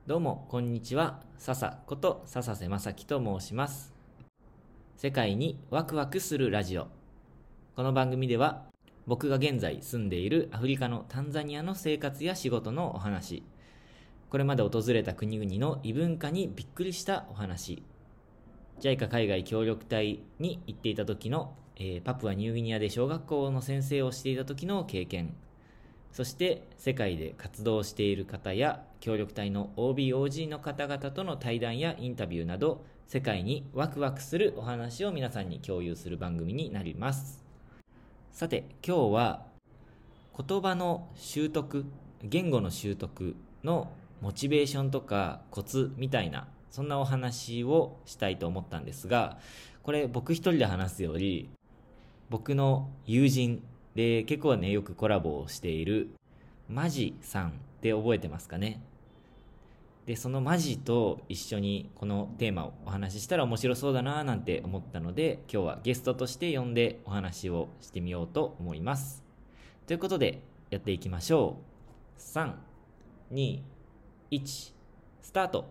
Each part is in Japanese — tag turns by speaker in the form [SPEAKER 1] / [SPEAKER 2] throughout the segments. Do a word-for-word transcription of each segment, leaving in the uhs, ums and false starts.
[SPEAKER 1] どうもこんにちは。笹こと笹瀬正樹と申します。世界にワクワクするラジオ。この番組では僕が現在住んでいるアフリカのタンザニアの生活や仕事のお話、これまで訪れた国々の異文化にびっくりしたお話、ジャイカ 海外協力隊に行っていた時の、えーパプアニューギニアで小学校の先生をしていた時の経験、そして世界で活動している方や協力隊の オービーオージー の方々との対談やインタビューなど、世界にワクワクするお話を皆さんに共有する番組になります。さて今日は言葉の習得、言語の習得のモチベーションとかコツみたいな、そんなお話をしたいと思ったんですが、これ僕一人で話すより、僕の友人で結構ねよくコラボをしているマジさんって覚えてますかね。でそのマジと一緒にこのテーマをお話ししたら面白そうだななんて思ったので、今日はゲストとして呼んでお話をしてみようと思います。ということでやっていきましょう。さん、に、いち、スタート。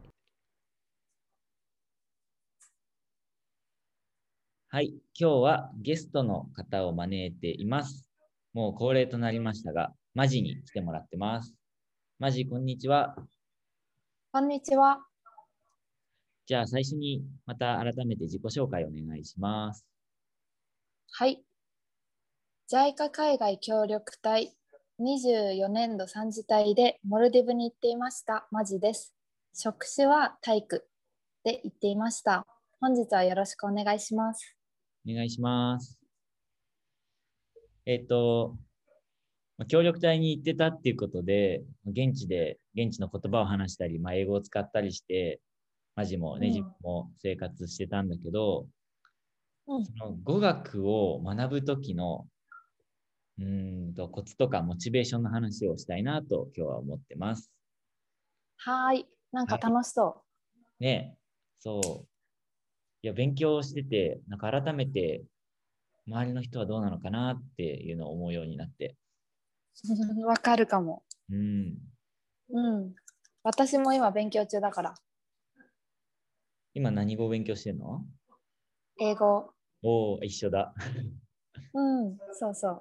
[SPEAKER 1] はい、今日はゲストの方を招いています。もう恒例となりましたが、マジに来てもらってます。マジ、こんにちは。
[SPEAKER 2] こんにちは。
[SPEAKER 1] じゃあ最初にまた改めて自己紹介お願いします。
[SPEAKER 2] はい。ジャイカ 海外協力隊にじゅうよねんどさん次隊でモルディブに行っていましたマジです。職種は体育で行っていました。本日はよろしくお願いします。
[SPEAKER 1] お願いします。えっと、協力隊に行ってたっていうことで、現地で、現地の言葉を話したり、まあ、英語を使ったりして、マジもね、自分も生活してたんだけど、
[SPEAKER 2] うん、
[SPEAKER 1] その語学を学ぶときのうーんとコツとかモチベーションの話をしたいなと今日は思ってます。
[SPEAKER 2] はーい。なんか
[SPEAKER 1] はい。
[SPEAKER 2] 楽しそ
[SPEAKER 1] ね、そう。いや、勉強してて、なんか改めて周りの人はどうなのかなっていうのを思うようになって。
[SPEAKER 2] う。わかるかも。
[SPEAKER 1] うん。
[SPEAKER 2] うん。私も今勉強中だから。
[SPEAKER 1] 今何語を勉強してんの？
[SPEAKER 2] 英語。
[SPEAKER 1] おー、一緒だ。
[SPEAKER 2] うん、そうそう。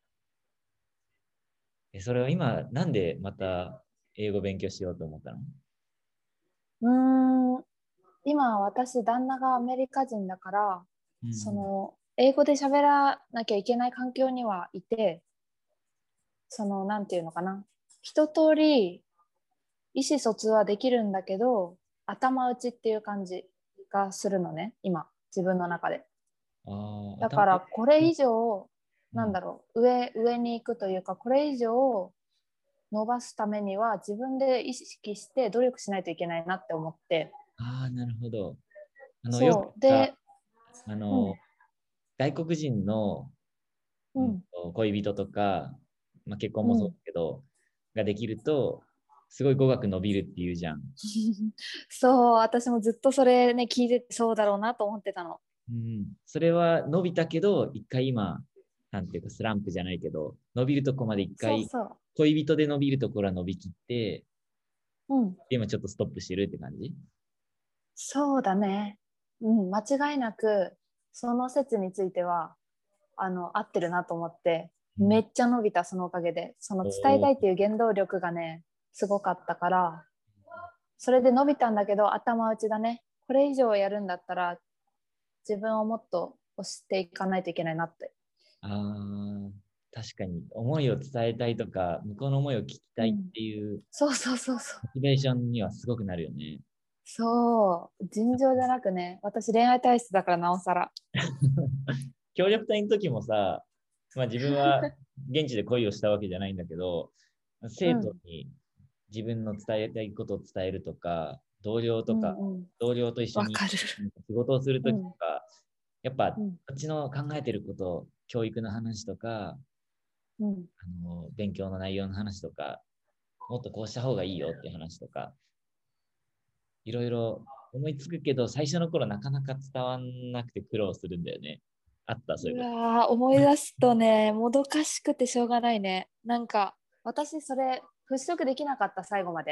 [SPEAKER 1] え、それは今、なんでまた英語勉強しようと思ったの？
[SPEAKER 2] うーん。今私旦那がアメリカ人だから、
[SPEAKER 1] うん。
[SPEAKER 2] その英語で喋らなきゃいけない環境にはいて、そのなんていうのかな、一通り意思疎通はできるんだけど頭打ちっていう感じがするのね、今自分の中で。
[SPEAKER 1] ああ、
[SPEAKER 2] だから
[SPEAKER 1] 頭、
[SPEAKER 2] これ以上、
[SPEAKER 1] うん。
[SPEAKER 2] なんだろう、上上に行くというか、これ以上伸ばすためには自分で意識して努力しないといけないなって思って。
[SPEAKER 1] ああ、なるほど。あの、よくさ、
[SPEAKER 2] そうで、
[SPEAKER 1] あ
[SPEAKER 2] うん、
[SPEAKER 1] の、外国人の、うん
[SPEAKER 2] うん、
[SPEAKER 1] と、恋人とか、まあ、結婚もそうだ
[SPEAKER 2] うん。
[SPEAKER 1] けど、ができると、すごい語学伸びるっていうじゃん。
[SPEAKER 2] そう、私もずっとそれね、聞いててそうだろうなと思ってたの。
[SPEAKER 1] うん。それは伸びたけど、一回今、なんていうかスランプじゃないけど、伸びるとこまで一回、
[SPEAKER 2] そうそ
[SPEAKER 1] 恋人で伸びるところは伸びきって、
[SPEAKER 2] う。うん。
[SPEAKER 1] 今ちょっとストップしてるって感じ？
[SPEAKER 2] そうだね。うん、間違いなく、その説については、あの、合ってるなと思って、
[SPEAKER 1] うん。
[SPEAKER 2] めっちゃ伸びた、そのおかげで。その伝え
[SPEAKER 1] おー。
[SPEAKER 2] たいっていう原動力がね、すごかったから、それで伸びたんだけど、頭打ちだね。これ以上やるんだったら、自分をもっと押していかないといけないなって。
[SPEAKER 1] ああ、確かに、思いを伝えたいとか、向こうの思いを聞きたいっ
[SPEAKER 2] うん。
[SPEAKER 1] ていう
[SPEAKER 2] そうそうそうそう。
[SPEAKER 1] モチベーションにはすごくなるよね。
[SPEAKER 2] そう。尋常じゃなくね、私恋愛体質だからなおさら。
[SPEAKER 1] 協力隊の時もさ、まあ、自分は現地で恋をしたわけじゃないんだけど、生徒
[SPEAKER 2] うん。
[SPEAKER 1] に自分の伝えたいことを伝えるとか、同僚
[SPEAKER 2] う
[SPEAKER 1] とか、
[SPEAKER 2] んうん。
[SPEAKER 1] 同僚と一緒に
[SPEAKER 2] わかる。
[SPEAKER 1] 仕事をするときと
[SPEAKER 2] うん。
[SPEAKER 1] か、やっぱこ
[SPEAKER 2] うん。
[SPEAKER 1] っちの考えてること、教育の話とか、
[SPEAKER 2] うん。
[SPEAKER 1] あの勉強の内容の話とか、もっとこうした方がいいよっていう話とか、いろいろ思いつくけど、最初の頃なかなか伝わんなくて苦労するんだよね。あった、そういう
[SPEAKER 2] う
[SPEAKER 1] こと。
[SPEAKER 2] わー、思い出すとね、もどかしくてしょうがないね。なんか、私それ、払拭できなかった、最後まで。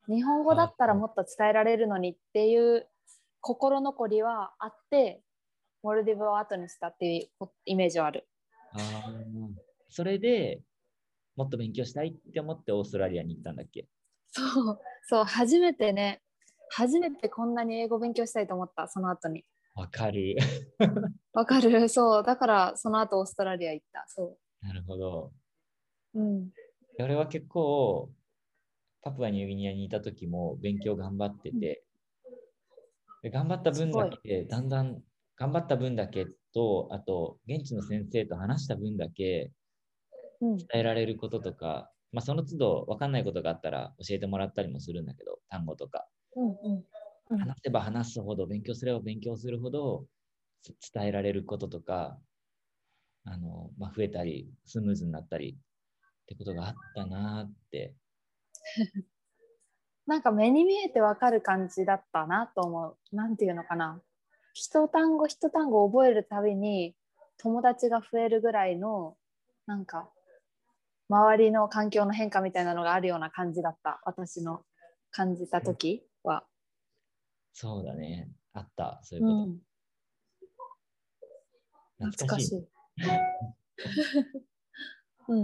[SPEAKER 2] 日本語だったらもっと伝えられるのにっていう心残りはあって、モルディブを後にしたっていうイメージはある。
[SPEAKER 1] ああ、それでもっと勉強したいって思ってオーストラリアに行ったんだっけ？
[SPEAKER 2] そう、そう、初めてね、初めてこんなに英語勉強したいと思った、その後に。
[SPEAKER 1] わかる。
[SPEAKER 2] わかる、そう、だからその後オーストラリア行った、そ
[SPEAKER 1] なるほど。
[SPEAKER 2] う。うん。
[SPEAKER 1] 俺は結構、パプアニューギニアにいた時も勉強頑張って
[SPEAKER 2] うん、
[SPEAKER 1] て、で頑張った分だ
[SPEAKER 2] すごい。
[SPEAKER 1] け、だんだん頑張った分だけと、あと、現地の先生と話した分だけ
[SPEAKER 2] うん、
[SPEAKER 1] 伝えられることとか、まあ、その都度分かんないことがあったら教えてもらったりもするんだけど、単語とか。
[SPEAKER 2] うん、うん。うん、
[SPEAKER 1] 話せば話すほど、勉強すれば勉強するほど、伝えられることとか、あの、まあ、増えたり、スムーズになったりってことがあったなって。
[SPEAKER 2] なんか目に見えてわかる感じだったなと思う。なんていうのかな。一単語一単語覚えるたびに友達が増えるぐらいの、なんか周りの環境の変化みたいなのがあるような感じだった。私の感じた時は。
[SPEAKER 1] そうだね。あった、そういう
[SPEAKER 2] う
[SPEAKER 1] こと。
[SPEAKER 2] ん。
[SPEAKER 1] 懐かしい。
[SPEAKER 2] 懐かしい。うん。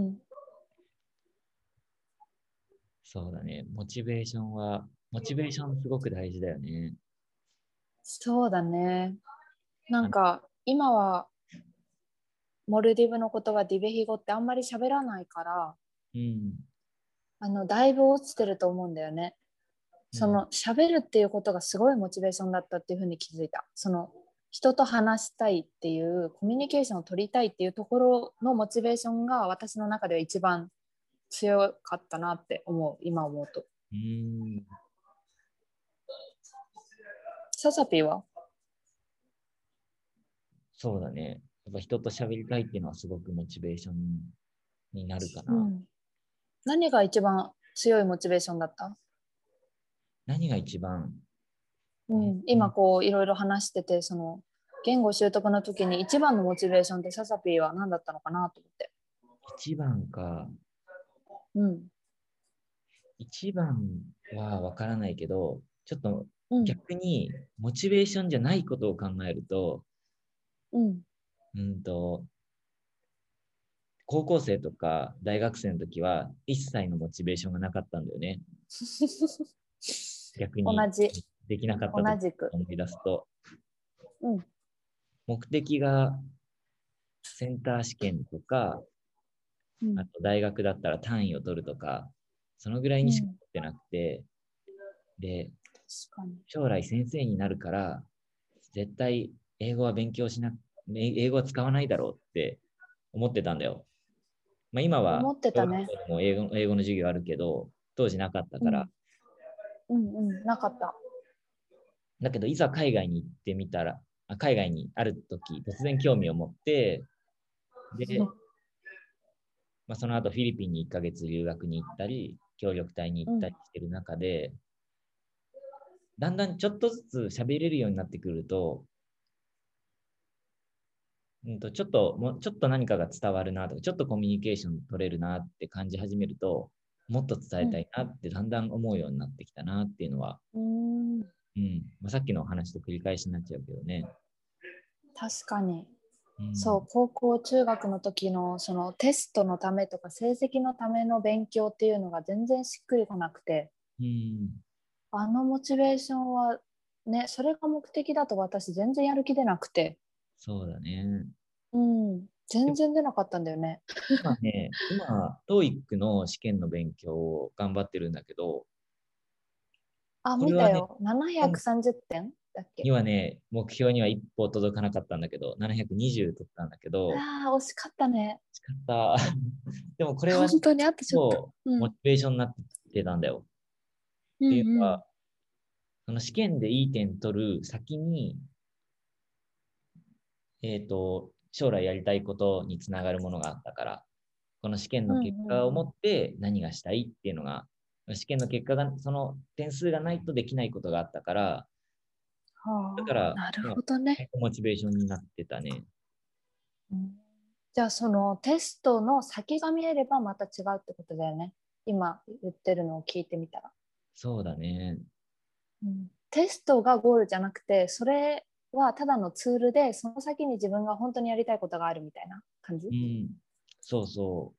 [SPEAKER 1] そうだね。モチベーションは、モチベーションすごく大事だよね。
[SPEAKER 2] そうだね。な
[SPEAKER 1] あの
[SPEAKER 2] んか今はモルディブの言葉ディベヒ語ってあんまり喋らないから、
[SPEAKER 1] うん。
[SPEAKER 2] あのだいぶ落ちてると思うんだよね。そ
[SPEAKER 1] うん。
[SPEAKER 2] の喋るっていうことがすごいモチベーションだったっていうふうに気づいた。その人と話したいっていうコミュニケーションを取りたいっていうところのモチベーションが私の中では一番強かったなって思う、今思うと。
[SPEAKER 1] うん。
[SPEAKER 2] ササピーは？
[SPEAKER 1] そうだね。やっぱ人と喋りたいっていうのはすごくモチベーションになるかな。
[SPEAKER 2] うん。何が一番強いモチベーションだった？
[SPEAKER 1] 何が一番、
[SPEAKER 2] う
[SPEAKER 1] うん、
[SPEAKER 2] ん、今こういろいろ話してて、その言語習得の時に一番のモチベーションってササピーは何だったのかなと思って。
[SPEAKER 1] 一番か。
[SPEAKER 2] うん。
[SPEAKER 1] 一番はわからないけど、ちょっと
[SPEAKER 2] うん。
[SPEAKER 1] 逆にモチベーションじゃないことを考えると、
[SPEAKER 2] うん。
[SPEAKER 1] うんと、高校生とか大学生の時は一切のモチベーションがなかったんだよね。逆
[SPEAKER 2] 同
[SPEAKER 1] に
[SPEAKER 2] じ。
[SPEAKER 1] できなかったと
[SPEAKER 2] 同じく。
[SPEAKER 1] 思い出すと、
[SPEAKER 2] うん。
[SPEAKER 1] 目的がセンター試験とか、
[SPEAKER 2] うん。
[SPEAKER 1] あと大学だったら単位を取るとか、そのぐらいにしか
[SPEAKER 2] うん。
[SPEAKER 1] 思ってなくて、で、
[SPEAKER 2] 確かに。
[SPEAKER 1] 将来先生になるから、絶対英語は勉強しな、英語は使わないだろうって思ってたんだよ。まあ、今は
[SPEAKER 2] 思って
[SPEAKER 1] 小
[SPEAKER 2] たね。
[SPEAKER 1] 学校でも英語英語の授業あるけど、当時なかったから。
[SPEAKER 2] うん。うんうん。なかった。
[SPEAKER 1] だけど、いざ海外に行ってみたら、あ海外にある時、突然興味を持って、で、まあ、その後フィリピンにいっかげつ留学に行ったり、協力隊に行
[SPEAKER 2] うん。
[SPEAKER 1] ったりしてる中で、だんだんちょっとずつ喋れるようになってくると、うんと、ちょっと、もうちょっと何かが伝わるなとか、ちょっとコミュニケーション取れるなって感じ始めると、もっと伝えたいなってだんだん思うようになってきたなっていうのは、
[SPEAKER 2] うん。うーん。
[SPEAKER 1] うんまあ、さっきの話と繰り返しになっちゃうけどね。
[SPEAKER 2] 確かに。
[SPEAKER 1] うん、
[SPEAKER 2] そう、高校、中学の時のそのテストのためとか成績のための勉強っていうのが全然しっくりこなくて、
[SPEAKER 1] うん、
[SPEAKER 2] あのモチベーションはね、それが目的だと私全然やる気出なくて、
[SPEAKER 1] そうだね。
[SPEAKER 2] うん、全
[SPEAKER 1] で
[SPEAKER 2] 然出なかったんだよね。
[SPEAKER 1] 今ね、今、トーイックの試験の勉強を頑張ってるんだけど、
[SPEAKER 2] あ、
[SPEAKER 1] これはね、
[SPEAKER 2] 見たよ。ななひゃくさんじゅってんだっけ？
[SPEAKER 1] にはね、目標には一歩届かなかったんだけど、ななひゃくにじゅう取ったんだけど、
[SPEAKER 2] ああ、惜しかったね。
[SPEAKER 1] 惜しかった。でもこれはね、
[SPEAKER 2] 本当にあってちょっと。
[SPEAKER 1] そう、モチ
[SPEAKER 2] うん。
[SPEAKER 1] ベーションになってたんだよ。
[SPEAKER 2] う
[SPEAKER 1] っていうの
[SPEAKER 2] んうん。
[SPEAKER 1] は、その試験でいい点取る先に、えっと、将来やりたいことにつながるものがあったから、この試験
[SPEAKER 2] うん
[SPEAKER 1] の結果を
[SPEAKER 2] うんうん。
[SPEAKER 1] 持って何がしたいっていうのが、試験の結果が、その点数がないとできないことがあったから、だか
[SPEAKER 2] はあ、
[SPEAKER 1] ら、
[SPEAKER 2] なる
[SPEAKER 1] まあ、
[SPEAKER 2] ほどね。
[SPEAKER 1] モチベーションになってたね。
[SPEAKER 2] うん、じゃあそのテストの先が見えればまた違うってことだよね。今言ってるのを聞いてみたら。
[SPEAKER 1] そうだね。
[SPEAKER 2] うん、テストがゴールじゃなくて、それはただのツールで、その先に自分が本当にやりたいことがあるみたいな感じ。
[SPEAKER 1] うん。そうそう。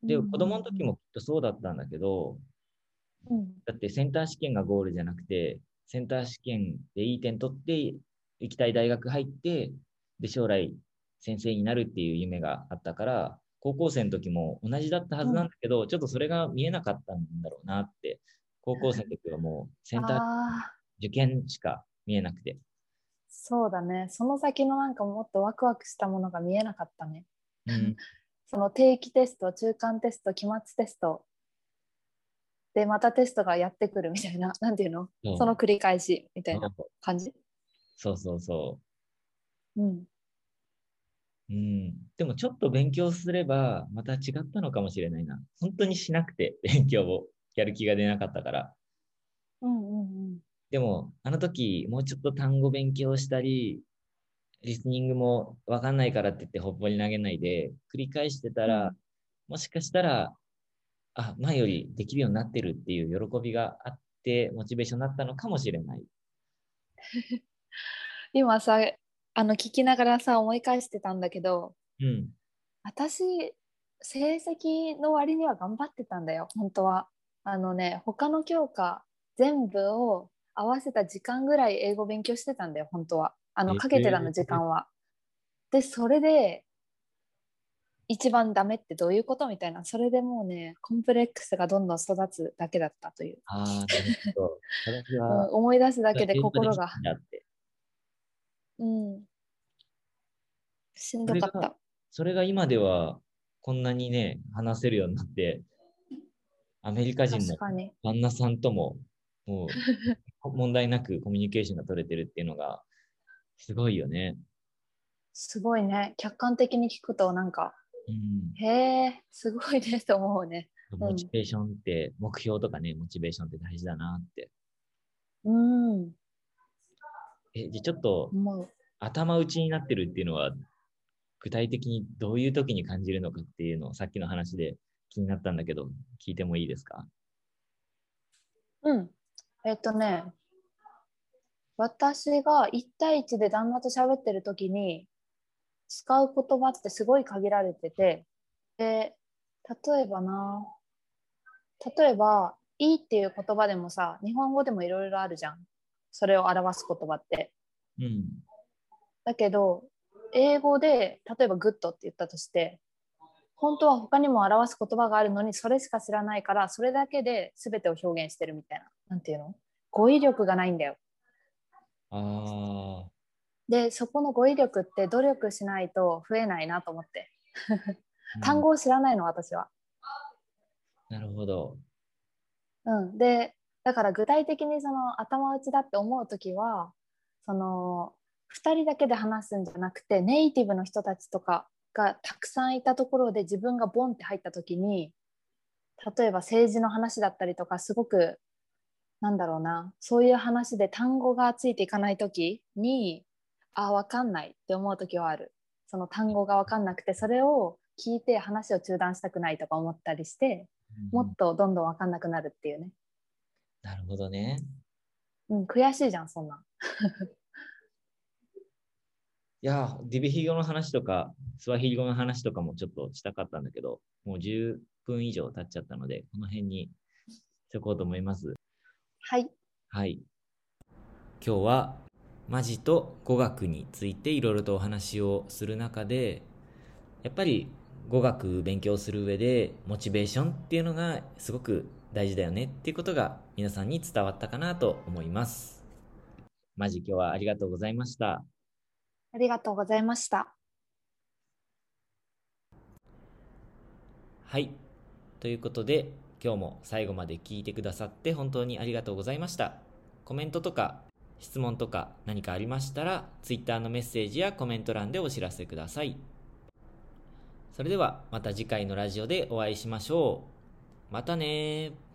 [SPEAKER 1] で、
[SPEAKER 2] うんうん
[SPEAKER 1] 子供の時もきっとそうだったんだけど、
[SPEAKER 2] うんうん
[SPEAKER 1] だってセンター試験がゴールじゃなくて、センター試験でいい点取って、行きたい大学入って、で、将来先生になるっていう夢があったから、高校生の時も同じだったはずなんだけど、ちょっとそれが見えなかったんだろうなって、高校生の時はもうセンター
[SPEAKER 2] ああ、
[SPEAKER 1] 受験しか見えなくて。
[SPEAKER 2] そうだね。その先のなんかもっとワクワクしたものが見えなかったね。
[SPEAKER 1] うん、
[SPEAKER 2] その定期テスト、中間テスト、期末テストでまたテストがやってくるみたいな、なんていうの、その
[SPEAKER 1] そう
[SPEAKER 2] 繰り返しみたいな
[SPEAKER 1] そう
[SPEAKER 2] 感じ。
[SPEAKER 1] そうそうそ
[SPEAKER 2] うん。
[SPEAKER 1] う。うん。でもちょっと勉強すればまた違ったのかもしれないな。本当にしなくて勉強をやる気が出なかったから。
[SPEAKER 2] うんうんうん。
[SPEAKER 1] でも、あの時、もうちょっと単語勉強したり、リスニングもわかんないからって言ってほっぽり投げないで、繰り返してたら、
[SPEAKER 2] うん、
[SPEAKER 1] もしかしたら、あ、前よりできるようになってるっていう喜びがあって、モチベーションになったのかもしれない。
[SPEAKER 2] 今さ、あの聞きながらさ思い返してたんだけど、
[SPEAKER 1] うん。
[SPEAKER 2] 私成績の割には頑張ってたんだよ本当は。あのね、他の教科全部を合わせた時間ぐらい英語勉強してたんだよ本当は。あ
[SPEAKER 1] え
[SPEAKER 2] のかけてたの時
[SPEAKER 1] ー、
[SPEAKER 2] 間は。でそれで一番ダメってどういうことみたいな、それでもうねコンプレックスがどんどん育つだけだったという、
[SPEAKER 1] ああ、なるほど。私
[SPEAKER 2] うん、
[SPEAKER 1] は、
[SPEAKER 2] 思い出すだけで
[SPEAKER 1] 英語でき
[SPEAKER 2] 心が、
[SPEAKER 1] るんだって。
[SPEAKER 2] うん、しん
[SPEAKER 1] それが、
[SPEAKER 2] どかった。
[SPEAKER 1] それが今では、こんなにね、話せるようになって、アメリカ人の
[SPEAKER 2] 確かに。
[SPEAKER 1] 旦那さんとも、もう、問題なくコミュニケーションが取れてるっていうのが、すごいよね。
[SPEAKER 2] すごいね、客観的に聞くとなんか、
[SPEAKER 1] うん。
[SPEAKER 2] へえすごいねと思うね。う
[SPEAKER 1] モチ
[SPEAKER 2] ん
[SPEAKER 1] ベーションって、目標とかね、モチベーションって大事だなって。
[SPEAKER 2] うん
[SPEAKER 1] え、じゃあちょっと
[SPEAKER 2] 思う。
[SPEAKER 1] 頭打ちになってるっていうのは、具体的にどういう時に感じるのかっていうのをさっきの話で気になったんだけど、聞いてもいいですか？
[SPEAKER 2] うんえっとね、私がいち対いちで旦那と喋ってる時に使う言葉ってすごい限られてて、で例えばな例えばいいっていう言葉でもさ、日本語でもいろいろあるじゃん、それを表す言葉って。
[SPEAKER 1] うん。
[SPEAKER 2] だけど英語で例えばグッドって言ったとして、本当は他にも表す言葉があるのにそれしか知らないから、それだけで全てを表現してるみたいな、なんていうの、語彙力がないんだよ。
[SPEAKER 1] ああ、
[SPEAKER 2] でそこの語彙力って努力しないと増えないなと思って。
[SPEAKER 1] うん、
[SPEAKER 2] 単語を知らないの私は。
[SPEAKER 1] なるほど。
[SPEAKER 2] うん、でだから具体的にその頭打ちだって思う時は、そのふたりだけで話すんじゃなくて、ネイティブの人たちとかがたくさんいたところで自分がボンって入った時に、例えば政治の話だったりとか、すごくなんだろうな、そういう話で単語がついていかない時に、あ分かんないって思う時はある。その単語が分かんなくて、それを聞いて話を中断したくないとか思ったりして、もっ
[SPEAKER 1] うん、
[SPEAKER 2] とどんどん分かんなくなるっていうね。
[SPEAKER 1] なるほどね。
[SPEAKER 2] うん、悔しいじゃんそんなん。
[SPEAKER 1] いや、ディベヒ語の話とか、スワヒリ語の話とかもちょっとしたかったんだけど、もうじゅっぷん以上経っちゃったので、この辺にしとこうと思います。
[SPEAKER 2] はい。
[SPEAKER 1] はい。今日は、マジと語学についていろいろとお話をする中で、やっぱり語学勉強する上で、モチベーションっていうのがすごく大事だよねっていうことが皆さんに伝わったかなと思います。マジ今日はありがとうございました。
[SPEAKER 2] ありがとうございました。
[SPEAKER 1] はい。ということで、今日も最後まで聞いてくださって本当にありがとうございました。コメントとか質問とか何かありましたら、Twitter のメッセージやコメント欄でお知らせください。それではまた次回のラジオでお会いしましょう。またねー。